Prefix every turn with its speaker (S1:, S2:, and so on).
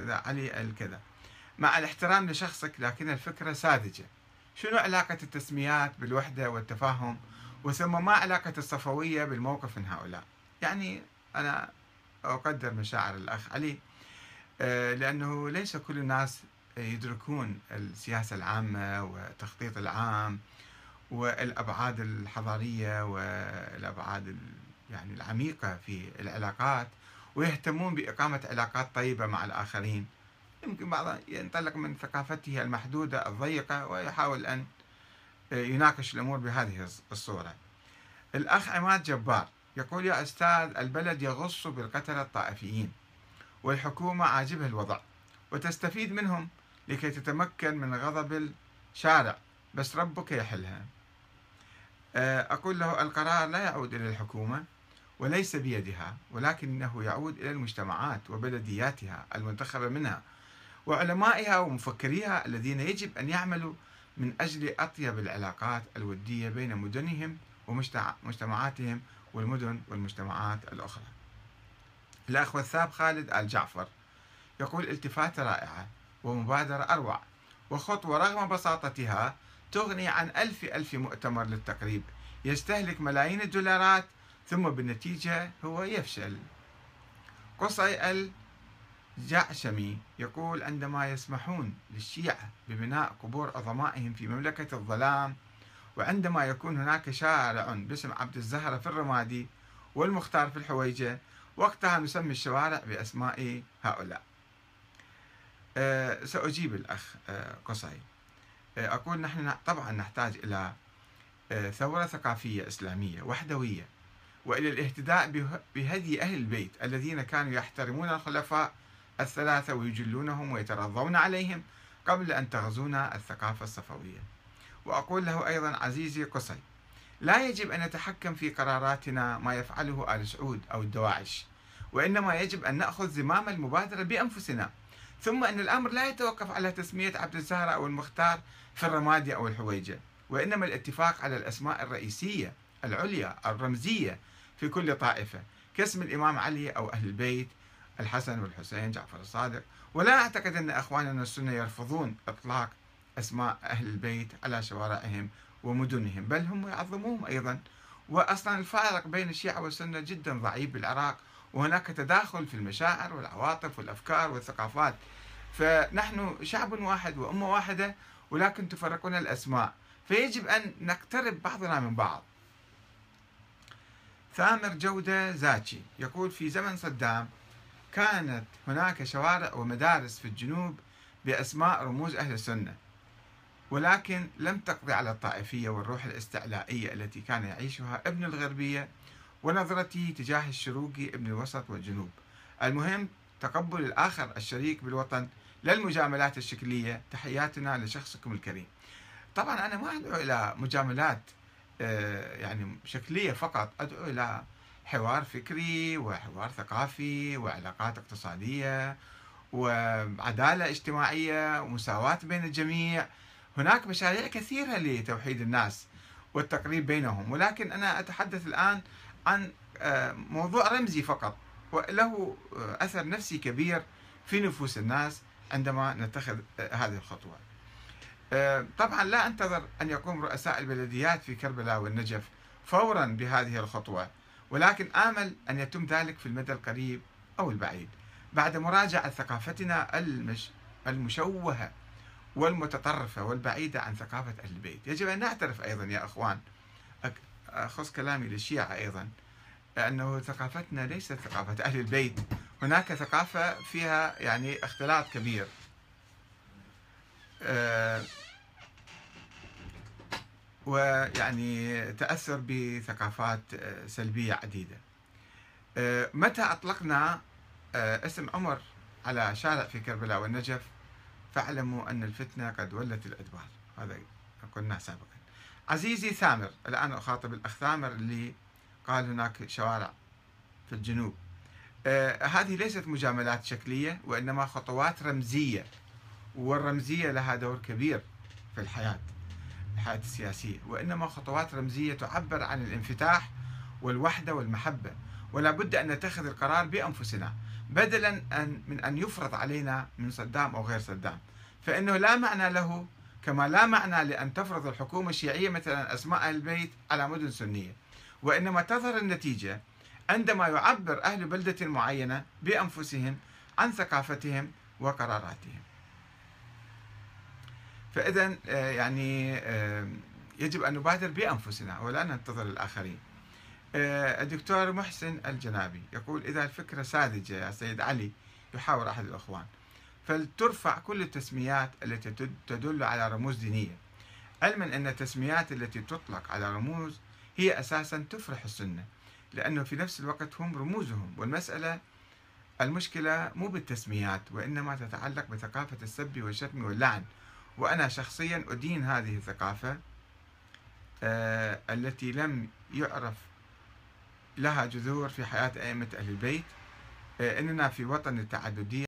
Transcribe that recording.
S1: علي الكذا، مع الاحترام لشخصك لكن الفكرة ساذجة. شنو علاقة التسميات بالوحدة والتفاهم؟ وثم ما علاقة الصفوية بالموقف من هؤلاء؟ يعني أنا أقدر مشاعر الأخ علي، لأنه ليس كل الناس يدركون السياسة العامة والتخطيط العام والأبعاد الحضارية والأبعاد يعني العميقة في العلاقات، ويهتمون بإقامة علاقات طيبة مع الآخرين. يمكن بعض ينطلق من ثقافته المحدودة الضيقة ويحاول أن يناقش الأمور بهذه الصورة. الأخ عماد جبار يقول: يا أستاذ، البلد يغص بالقتلة الطائفيين، والحكومة عاجبها الوضع وتستفيد منهم لكي تتمكن من غضب الشارع، بس ربك يحلها. أقول له: القرار لا يعود إلى الحكومة وليس بيدها، ولكنه يعود إلى المجتمعات وبلدياتها المنتخبة منها وعلمائها ومفكريها الذين يجب أن يعملوا من أجل أطيب العلاقات الودية بين مدنهم ومجتمعاتهم والمدن والمجتمعات الأخرى. الأخ وثاب خالد آل جعفر يقول: التفاتة رائعة ومبادرة أروع وخطوة رغم بساطتها تغني عن ألف مؤتمر للتقريب يستهلك ملايين الدولارات ثم بالنتيجة هو يفشل. قصي الجعشمي يقول: عندما يسمحون للشيعة ببناء قبور عظمائهم في مملكة الظلام، وعندما يكون هناك شارع باسم عبد الزهرة في الرمادي والمختار في الحويجة، وقتها نسمي الشوارع بأسماء هؤلاء. سأجيب الأخ قصي. أقول: نحن طبعا نحتاج إلى ثورة ثقافية إسلامية وحدوية، وإلى الاهتداء بهدي أهل البيت الذين كانوا يحترمون الخلفاء الثلاثة ويجلونهم ويترضون عليهم قبل أن تغزونا الثقافة الصفوية. وأقول له أيضا: عزيزي قصي، لا يجب أن نتحكم في قراراتنا ما يفعله آل سعود أو الدواعش، وإنما يجب أن نأخذ زمام المبادرة بأنفسنا، ثم أن الأمر لا يتوقف على تسمية عبد الزهرة أو المختار في الرمادي أو الحويجة، وإنما الاتفاق على الأسماء الرئيسية العليا الرمزية في كل طائفة، كاسم الإمام علي أو أهل البيت الحسن والحسين جعفر الصادق. ولا أعتقد أن أخواننا السنة يرفضون إطلاق أسماء أهل البيت على شوارعهم ومدنهم، بل هم يعظموهم أيضا. وأصلا الفارق بين الشيعة والسنة جدا ضعيف بالعراق، وهناك تداخل في المشاعر والعواطف والأفكار والثقافات، فنحن شعب واحد وأمة واحدة، ولكن تفرقنا الأسماء، فيجب أن نقترب بعضنا من بعض. ثامر جودة زاكي يقول: في زمن صدام كانت هناك شوارع ومدارس في الجنوب بأسماء رموز أهل السنة، ولكن لم تقضي على الطائفية والروح الاستعلائية التي كان يعيشها ابن الغربية ونظرته تجاه الشروقي ابن الوسط والجنوب. المهم تقبل الآخر الشريك بالوطن، لا المجاملات الشكلية. تحياتنا لشخصكم الكريم. طبعا أنا ما أدعو إلى مجاملات يعني شكلية فقط، أدعو إلى حوار فكري وحوار ثقافي وعلاقات اقتصادية وعدالة اجتماعية ومساواة بين الجميع. هناك مشاريع كثيرة لتوحيد الناس والتقريب بينهم، ولكن أنا أتحدث الآن عن موضوع رمزي فقط وله أثر نفسي كبير في نفوس الناس عندما نتخذ هذه الخطوة. طبعا لا أنتظر أن يقوم رؤساء البلديات في كربلاء والنجف فورا بهذه الخطوة، ولكن آمل أن يتم ذلك في المدى القريب أو البعيد بعد مراجعة ثقافتنا المشوهة والمتطرفة والبعيدة عن ثقافة أهل البيت. يجب أن نعترف أيضا يا أخوان، أخص كلامي للشيعة أيضا، أنه ثقافتنا ليست ثقافة أهل البيت، هناك ثقافة فيها يعني اختلاط كبير. ويعني تأثر بثقافات سلبية عديدة. متى أطلقنا اسم عمر على شارع في كربلاء والنجف فاعلموا أن الفتنة قد ولت الأدبار. هذا قلنا سابقا. عزيزي ثامر، الآن أخاطب الأخ ثامر اللي قال هناك شوارع في الجنوب. هذه ليست مجاملات شكلية، وإنما خطوات رمزية، والرمزية لها دور كبير في الحياة السياسية، وإنما خطوات رمزية تعبر عن الانفتاح والوحدة والمحبة، ولا بد أن نتخذ القرار بأنفسنا بدلا من أن يفرض علينا من صدام أو غير صدام. فإنه لا معنى له، كما لا معنى لأن تفرض الحكومة الشيعية مثلا أسماء أهل البيت على مدن سنية، وإنما تظهر النتيجة عندما يعبر أهل بلدة معينة بأنفسهم عن ثقافتهم وقراراتهم. فإذا يعني يجب أن نبادر بأنفسنا ولا ننتظر الآخرين. الدكتور محسن الجنابي يقول: إذا الفكرة ساذجة يا سيد علي، يحاور أحد الأخوان، فلترفع كل التسميات التي تدل على رموز دينية، علما أن التسميات التي تطلق على رموز هي أساسا تفرح السنة، لأنه في نفس الوقت هم رموزهم، المشكلة مو بالتسميات، وإنما تتعلق بثقافة السب والشتم واللعن. وأنا شخصيا أدين هذه الثقافة التي لم يعرف لها جذور في حياة أئمة أهل البيت. إننا في وطن التعددية.